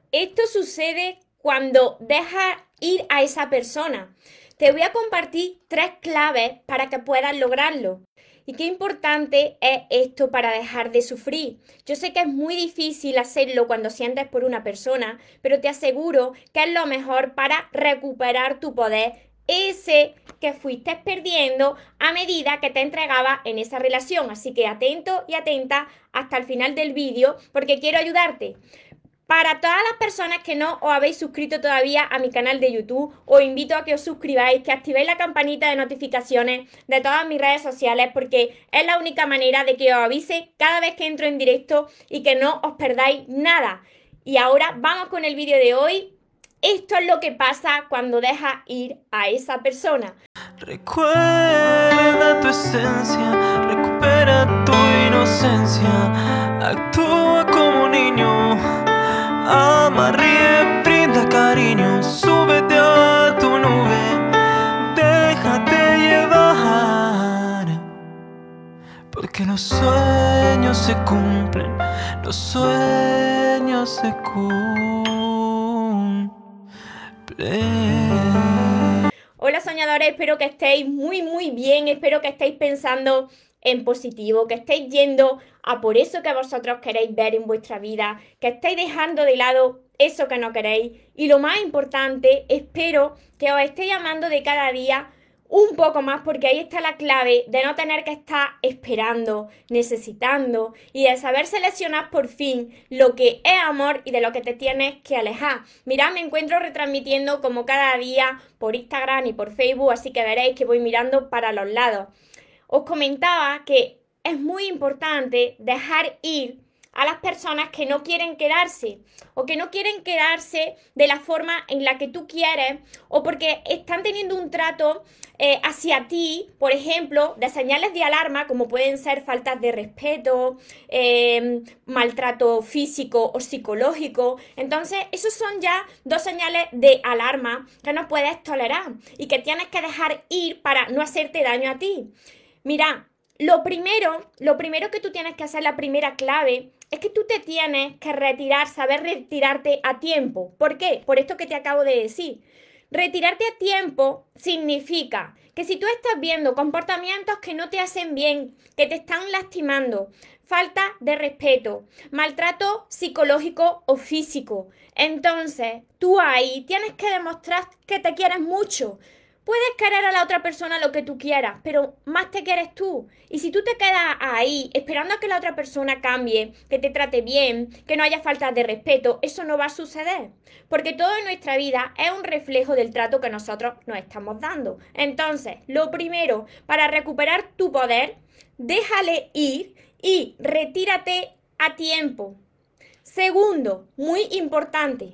Esto sucede cuando dejas ir a esa persona. Te voy a compartir 3 claves para que puedas lograrlo. Y qué importante es esto para dejar de sufrir. Yo sé que es muy difícil hacerlo cuando sientes por una persona, pero te aseguro que es lo mejor para recuperar tu poder, ese que fuiste perdiendo a medida que te entregabas en esa relación. Así que atento y atenta hasta el final del vídeo porque quiero ayudarte. Para todas las personas que no os habéis suscrito todavía a mi canal de YouTube, os invito a que os suscribáis, que activéis la campanita de notificaciones de todas mis redes sociales, porque es la única manera de que os avise cada vez que entro en directo y que no os perdáis nada. Y ahora vamos con el vídeo de hoy. Esto es lo que pasa cuando dejas ir a esa persona. Recuerda tu esencia, recupera tu inocencia, actúa como niño, ama, ríe, brinda cariño, súbete a tu nube, déjate llevar, porque los sueños se cumplen, los sueños se cumplen. Hola soñadores, espero que estéis muy bien, espero que estéis pensando en positivo, que estéis yendo a por eso que vosotros queréis ver en vuestra vida, que estéis dejando de lado eso que no queréis y lo más importante, espero que os esté llamando de cada día un poco más, porque ahí está la clave de no tener que estar esperando, necesitando y de saber seleccionar por fin lo que es amor y de lo que te tienes que alejar. Mirad, me encuentro retransmitiendo como cada día por Instagram y por Facebook, así que veréis que voy mirando para los lados. Os comentaba que es muy importante dejar ir a las personas que no quieren quedarse o que no quieren quedarse de la forma en la que tú quieres o porque están teniendo un trato hacia ti, por ejemplo, de señales de alarma como pueden ser faltas de respeto, maltrato físico o psicológico. Entonces, esos son ya 2 señales de alarma que no puedes tolerar y que tienes que dejar ir para no hacerte daño a ti. Mira, lo primero que tú tienes que hacer, la primera clave, es que tú te tienes que retirar, saber retirarte a tiempo. ¿Por qué? Por esto que te acabo de decir. Retirarte a tiempo significa que si tú estás viendo comportamientos que no te hacen bien, que te están lastimando, falta de respeto, maltrato psicológico o físico, entonces tú ahí tienes que demostrar que te quieres mucho. Puedes querer a la otra persona lo que tú quieras, pero más te quieres tú. Y si tú te quedas ahí esperando a que la otra persona cambie, que te trate bien, que no haya falta de respeto, eso no va a suceder. Porque todo en nuestra vida es un reflejo del trato que nosotros nos estamos dando. Entonces, lo primero, para recuperar tu poder, déjale ir y retírate a tiempo. Segundo, muy importante,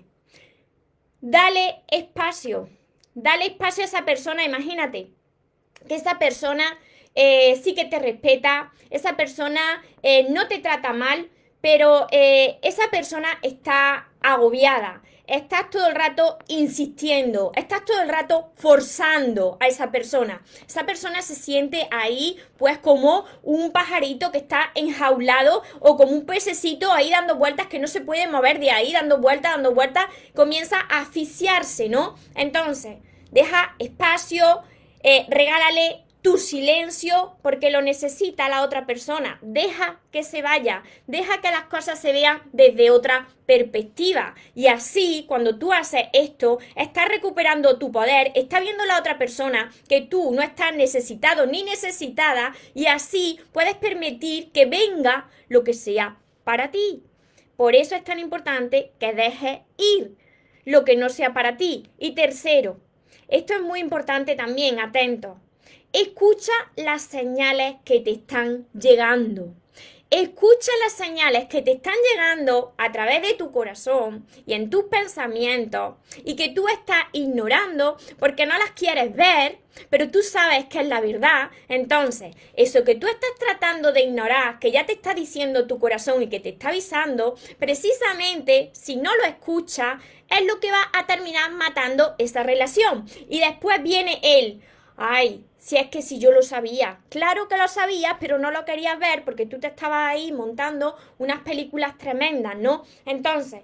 dale espacio. Dale espacio a esa persona, imagínate que esa persona sí que te respeta, esa persona no te trata mal, pero esa persona está agobiada, estás todo el rato insistiendo, estás todo el rato forzando a esa persona se siente ahí pues como un pajarito que está enjaulado o como un pececito ahí dando vueltas que no se puede mover de ahí, dando vueltas, comienza a asfixiarse, ¿no? Entonces, deja espacio, regálale tu silencio porque lo necesita la otra persona. Deja que se vaya, deja que las cosas se vean desde otra perspectiva. Y así, cuando tú haces esto, estás recuperando tu poder, está viendo la otra persona que tú no estás necesitado ni necesitada y así puedes permitir que venga lo que sea para ti. Por eso es tan importante que dejes ir lo que no sea para ti. Y tercero, esto es muy importante también, atento. Escucha las señales que te están llegando. Escucha las señales que te están llegando a través de tu corazón y en tus pensamientos y que tú estás ignorando porque no las quieres ver, pero tú sabes que es la verdad. Entonces, eso que tú estás tratando de ignorar, que ya te está diciendo tu corazón y que te está avisando, precisamente si no lo escuchas, es lo que va a terminar matando esa relación. Y después viene él. Ay, si es que si yo lo sabía. Claro que lo sabías, pero no lo querías ver porque tú te estabas ahí montando unas películas tremendas, ¿no? Entonces,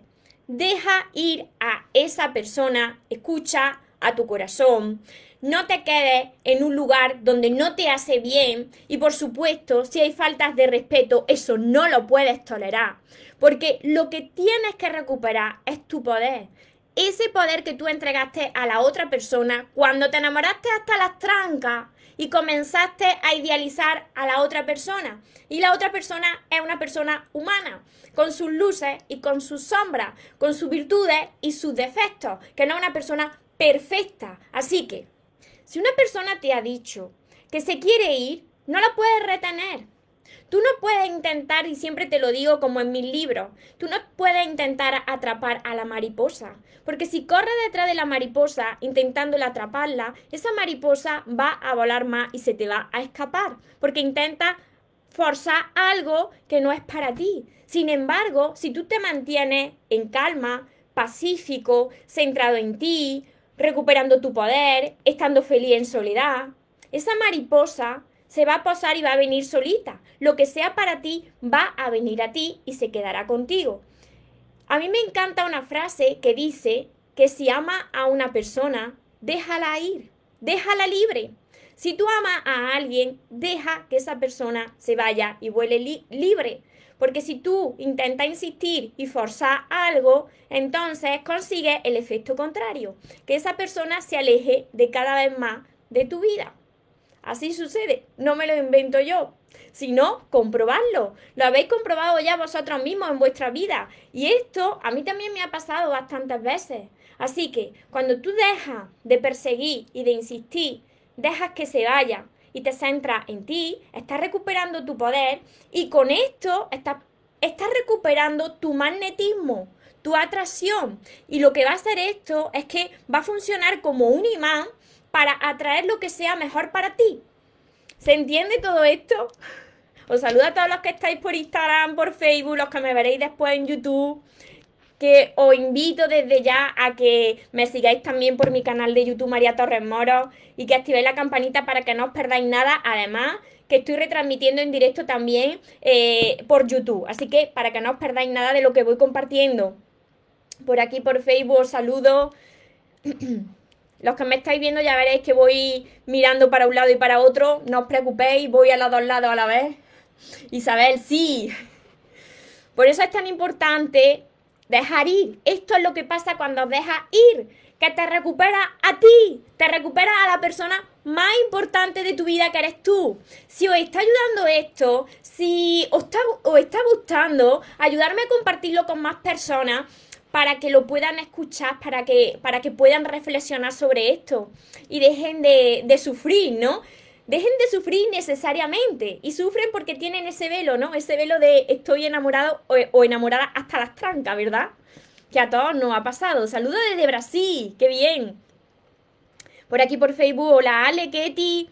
deja ir a esa persona, escucha a tu corazón, no te quedes en un lugar donde no te hace bien y por supuesto si hay faltas de respeto eso no lo puedes tolerar porque lo que tienes que recuperar es tu poder. Ese poder que tú entregaste a la otra persona cuando te enamoraste hasta las trancas y comenzaste a idealizar a la otra persona. Y la otra persona es una persona humana, con sus luces y con sus sombras, con sus virtudes y sus defectos, que no es una persona perfecta. Así que, si una persona te ha dicho que se quiere ir, no la puedes retener. Tú no puedes intentar, y siempre te lo digo como en mis libros, tú no puedes intentar atrapar a la mariposa. Porque si corres detrás de la mariposa intentándola atraparla, esa mariposa va a volar más y se te va a escapar. Porque intenta forzar algo que no es para ti. Sin embargo, si tú te mantienes en calma, pacífico, centrado en ti, recuperando tu poder, estando feliz en soledad, esa mariposa se va a posar y va a venir solita. Lo que sea para ti va a venir a ti y se quedará contigo. A mí me encanta una frase que dice que si ama a una persona, déjala ir, déjala libre. Si tú amas a alguien, deja que esa persona se vaya y vuele libre. Porque si tú intentas insistir y forzar algo, entonces consigues el efecto contrario, que esa persona se aleje de cada vez más de tu vida. Así sucede, no me lo invento yo, sino comprobadlo. Lo habéis comprobado ya vosotros mismos en vuestra vida. Y esto a mí también me ha pasado bastantes veces. Así que cuando tú dejas de perseguir y de insistir, dejas que se vaya y te centras en ti, estás recuperando tu poder y con esto estás recuperando tu magnetismo, tu atracción. Y lo que va a hacer esto es que va a funcionar como un imán para atraer lo que sea mejor para ti. ¿Se entiende todo esto? Os saludo a todos los que estáis por Instagram, por Facebook, los que me veréis después en YouTube, que os invito desde ya a que me sigáis también por mi canal de YouTube María Torres Moro y que activéis la campanita para que no os perdáis nada. Además, que estoy retransmitiendo en directo también por YouTube. Así que para que no os perdáis nada de lo que voy compartiendo. Por aquí por Facebook os saludo. Los que me estáis viendo ya veréis que voy mirando para un lado y para otro. No os preocupéis, voy a los dos lados a la vez. Isabel, sí. Por eso es tan importante dejar ir. Esto es lo que pasa cuando dejas ir. Que te recupera a ti. Te recupera a la persona más importante de tu vida que eres tú. Si os está ayudando esto, si os está gustando, ayudarme a compartirlo con más personas para que lo puedan escuchar, para que puedan reflexionar sobre esto y dejen de sufrir, ¿no? Dejen de sufrir necesariamente y sufren porque tienen ese velo, ¿no? Ese velo de estoy enamorado o enamorada hasta las trancas, ¿verdad? Que a todos nos ha pasado. Saludos desde Brasil, qué bien. Por aquí por Facebook, hola Ale, Ketty.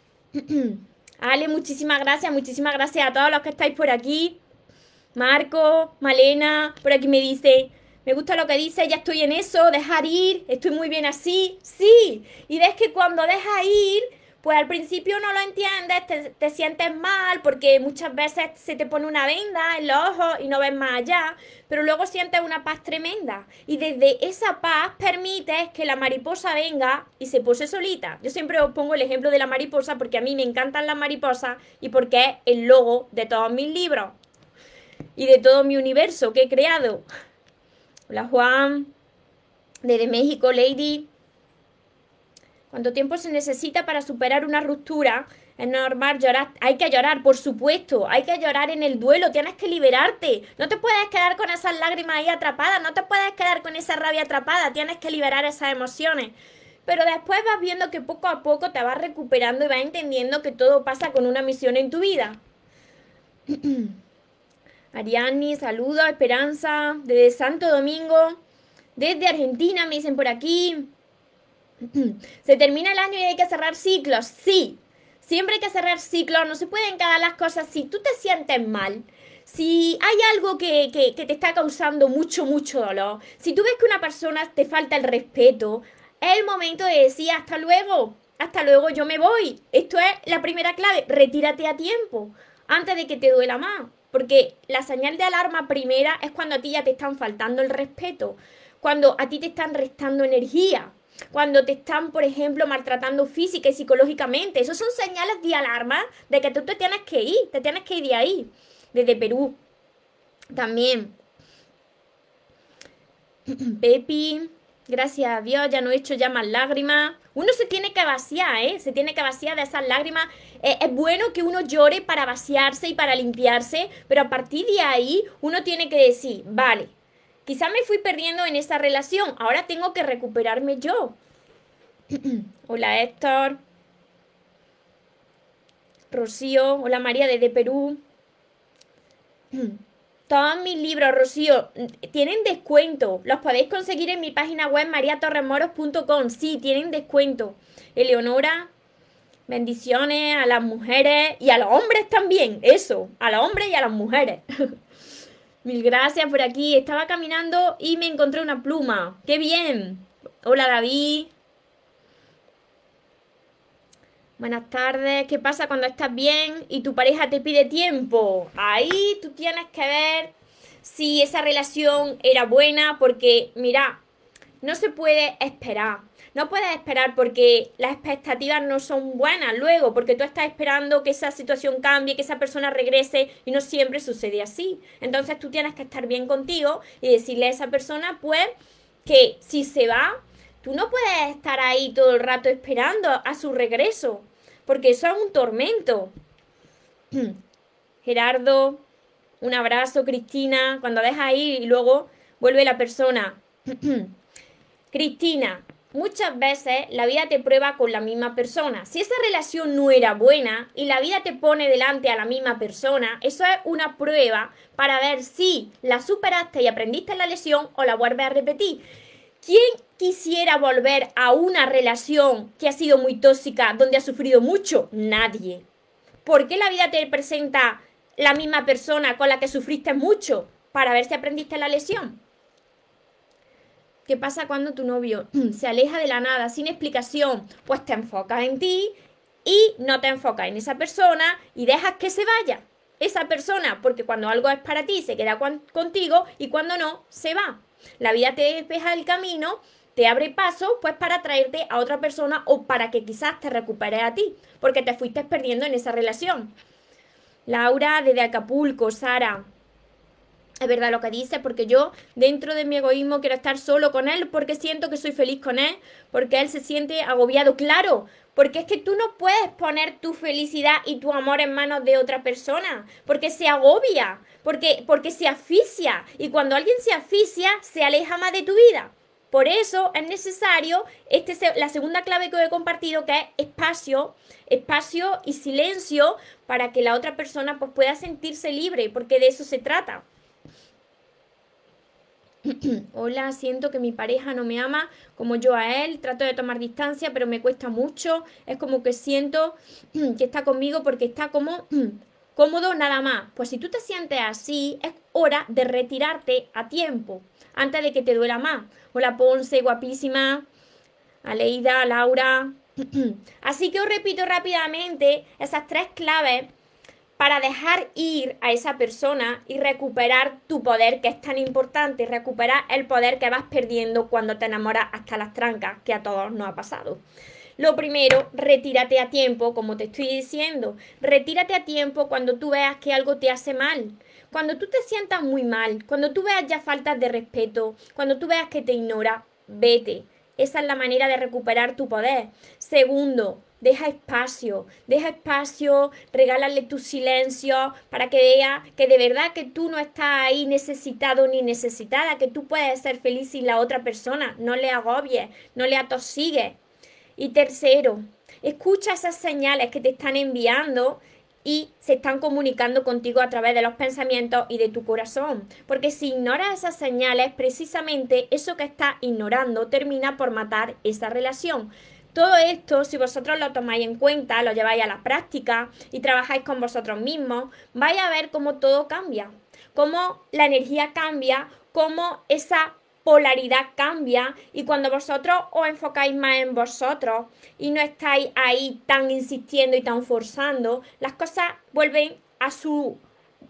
Ale, muchísimas gracias a todos los que estáis por aquí. Marco, Malena, por aquí me dice... Me gusta lo que dice, ya estoy en eso, dejar ir, estoy muy bien así, sí. Y ves que cuando dejas ir, pues al principio no lo entiendes, te sientes mal porque muchas veces se te pone una venda en los ojos y no ves más allá, pero luego sientes una paz tremenda. Y desde esa paz permites que la mariposa venga y se pose solita. Yo siempre os pongo el ejemplo de la mariposa porque a mí me encantan las mariposas y porque es el logo de todos mis libros y de todo mi universo que he creado. Hola Juan, desde México, Lady. ¿Cuánto tiempo se necesita para superar una ruptura? Es normal llorar, hay que llorar, por supuesto, hay que llorar en el duelo, tienes que liberarte. No te puedes quedar con esas lágrimas ahí atrapadas, no te puedes quedar con esa rabia atrapada, tienes que liberar esas emociones. Pero después vas viendo que poco a poco te vas recuperando y vas entendiendo que todo pasa con una misión en tu vida. Ariani, saludos, Esperanza, desde Santo Domingo, desde Argentina, me dicen por aquí. Se termina el año y hay que cerrar ciclos, sí. Siempre hay que cerrar ciclos, no se pueden quedar las cosas. Si tú te sientes mal, si hay algo que te está causando mucho dolor, si tú ves que una persona te falta el respeto, es el momento de decir hasta luego, yo me voy. Esto es la primera clave, retírate a tiempo, antes de que te duela más. porque la señal de alarma primera es cuando a ti ya te están faltando el respeto, cuando a ti te están restando energía, cuando te están, por ejemplo, maltratando física y psicológicamente. Esos son señales de alarma de que tú te tienes que ir de ahí, desde Perú. También, Pepi, gracias a Dios, ya no he hecho ya más lágrimas. Uno se tiene que vaciar, ¿eh? Se tiene que vaciar de esas lágrimas. Es bueno que uno llore para vaciarse y para limpiarse, pero a partir de ahí uno tiene que decir, vale, quizá me fui perdiendo en esa relación, ahora tengo que recuperarme yo. Hola Héctor, Rocío, hola María desde Perú. Todos mis libros, Rocío, tienen descuento. Los podéis conseguir en mi página web mariatorremoros.com. Sí, tienen descuento. Eleonora, bendiciones a las mujeres y a los hombres también. Eso, a los hombres y a las mujeres. Mil gracias por aquí. Estaba caminando y me encontré una pluma. ¡Qué bien! Hola David. Buenas tardes. ¿Qué pasa cuando estás bien y tu pareja te pide tiempo? Ahí tú tienes que ver si esa relación era buena, porque mira, no se puede esperar. No puedes esperar porque las expectativas no son buenas luego, porque tú estás esperando que esa situación cambie, que esa persona regrese y no siempre sucede así. Entonces tú tienes que estar bien contigo y decirle a esa persona, pues, que si se va, tú no puedes estar ahí todo el rato esperando a su regreso, porque eso es un tormento. Gerardo, un abrazo, Cristina, cuando dejas ir y luego vuelve la persona. Cristina, muchas veces la vida te prueba con la misma persona. Si esa relación no era buena y la vida te pone delante a la misma persona, eso es una prueba para ver si la superaste y aprendiste la lección o la vuelves a repetir. ¿Quién quisiera volver a una relación que ha sido muy tóxica, donde has sufrido mucho? Nadie. ¿Por qué la vida te presenta la misma persona con la que sufriste mucho? Para ver si aprendiste la lección. ¿Qué pasa cuando tu novio se aleja de la nada, sin explicación? Pues te enfocas en ti y no te enfocas en esa persona y dejas que se vaya esa persona, porque cuando algo es para ti se queda contigo y cuando no, se va. La vida te despeja el camino, te abre paso, pues para traerte a otra persona o para que quizás te recuperes a ti, porque te fuiste perdiendo en esa relación. Laura, desde Acapulco, Sara. Es verdad lo que dice, porque yo dentro de mi egoísmo quiero estar solo con él porque siento que soy feliz con él, porque él se siente agobiado, claro, porque es que tú no puedes poner tu felicidad y tu amor en manos de otra persona, porque se agobia, porque se asfixia, y cuando alguien se asfixia se aleja más de tu vida. Por eso es necesario la segunda clave que os he compartido, que es espacio y silencio, para que la otra persona pues pueda sentirse libre, porque de eso se trata. Hola, siento que mi pareja no me ama como yo a él, trato de tomar distancia, pero me cuesta mucho, es como que siento que está conmigo porque está como cómodo nada más. Pues si tú te sientes así, es hora de retirarte a tiempo, antes de que te duela más. Hola Ponce, guapísima, Aleida, Laura. Así que os repito rápidamente esas 3 claves para dejar ir a esa persona y recuperar tu poder, que es tan importante, recuperar el poder que vas perdiendo cuando te enamoras hasta las trancas, que a todos nos ha pasado. Lo primero, retírate a tiempo, como te estoy diciendo. Retírate a tiempo cuando tú veas que algo te hace mal. Cuando tú te sientas muy mal, cuando tú veas ya faltas de respeto, cuando tú veas que te ignora, vete. Esa es la manera de recuperar tu poder. Segundo, deja espacio, regálale tu silencio para que vea que de verdad que tú no estás ahí necesitado ni necesitada, que tú puedes ser feliz sin la otra persona. No le agobies, no le atosigues. Y tercero, escucha esas señales que te están enviando y se están comunicando contigo a través de los pensamientos y de tu corazón. Porque si ignoras esas señales, precisamente eso que estás ignorando termina por matar esa relación. Todo esto, si vosotros lo tomáis en cuenta, lo lleváis a la práctica y trabajáis con vosotros mismos, vais a ver cómo todo cambia, cómo la energía cambia, cómo esa polaridad cambia, y cuando vosotros os enfocáis más en vosotros y no estáis ahí tan insistiendo y tan forzando, las cosas vuelven a su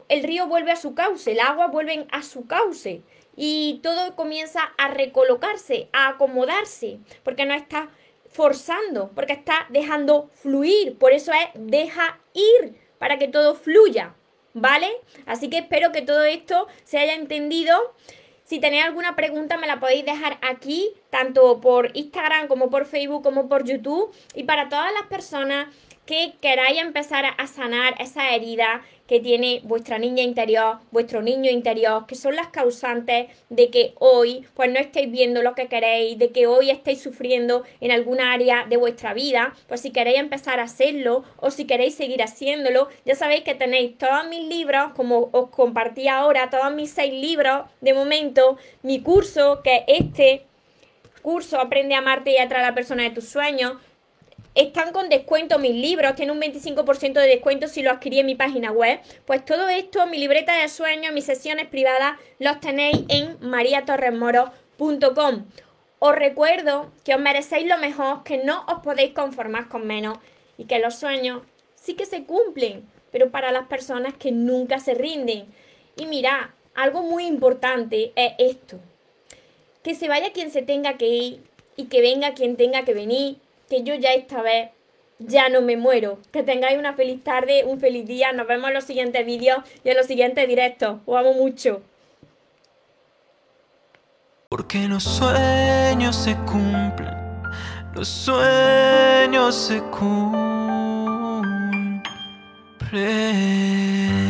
el río vuelve a su cauce, el agua vuelve a su cauce y todo comienza a recolocarse, a acomodarse, porque no está forzando, porque está dejando fluir. Por eso es deja ir, para que todo fluya, ¿vale? Así que espero que todo esto se haya entendido. Si tenéis alguna pregunta me la podéis dejar aquí, tanto por Instagram como por Facebook como por YouTube. Y para todas las personas que queráis empezar a sanar esa herida que tiene vuestra niña interior, vuestro niño interior, que son las causantes de que hoy pues no estéis viendo lo que queréis, de que hoy estéis sufriendo en alguna área de vuestra vida, pues si queréis empezar a hacerlo o si queréis seguir haciéndolo, ya sabéis que tenéis todos mis libros, como os compartí ahora, todos mis 6 libros de momento, mi curso, que es este curso Aprende a amarte y atraer a la persona de tus sueños. Están con descuento mis libros, tienen un 25% de descuento si lo adquirí en mi página web. Pues todo esto, mi libreta de sueños, mis sesiones privadas, los tenéis en mariatorresmoro.com. Os recuerdo que os merecéis lo mejor, que no os podéis conformar con menos y que los sueños sí que se cumplen, pero para las personas que nunca se rinden. Y mirad, algo muy importante es esto, que se vaya quien se tenga que ir y que venga quien tenga que venir, que yo ya esta vez ya no me muero. Que tengáis una feliz tarde, un feliz día. Nos vemos en los siguientes vídeos y en los siguientes directos. Os amo mucho. Porque los sueños se cumplen, los sueños se cumplen.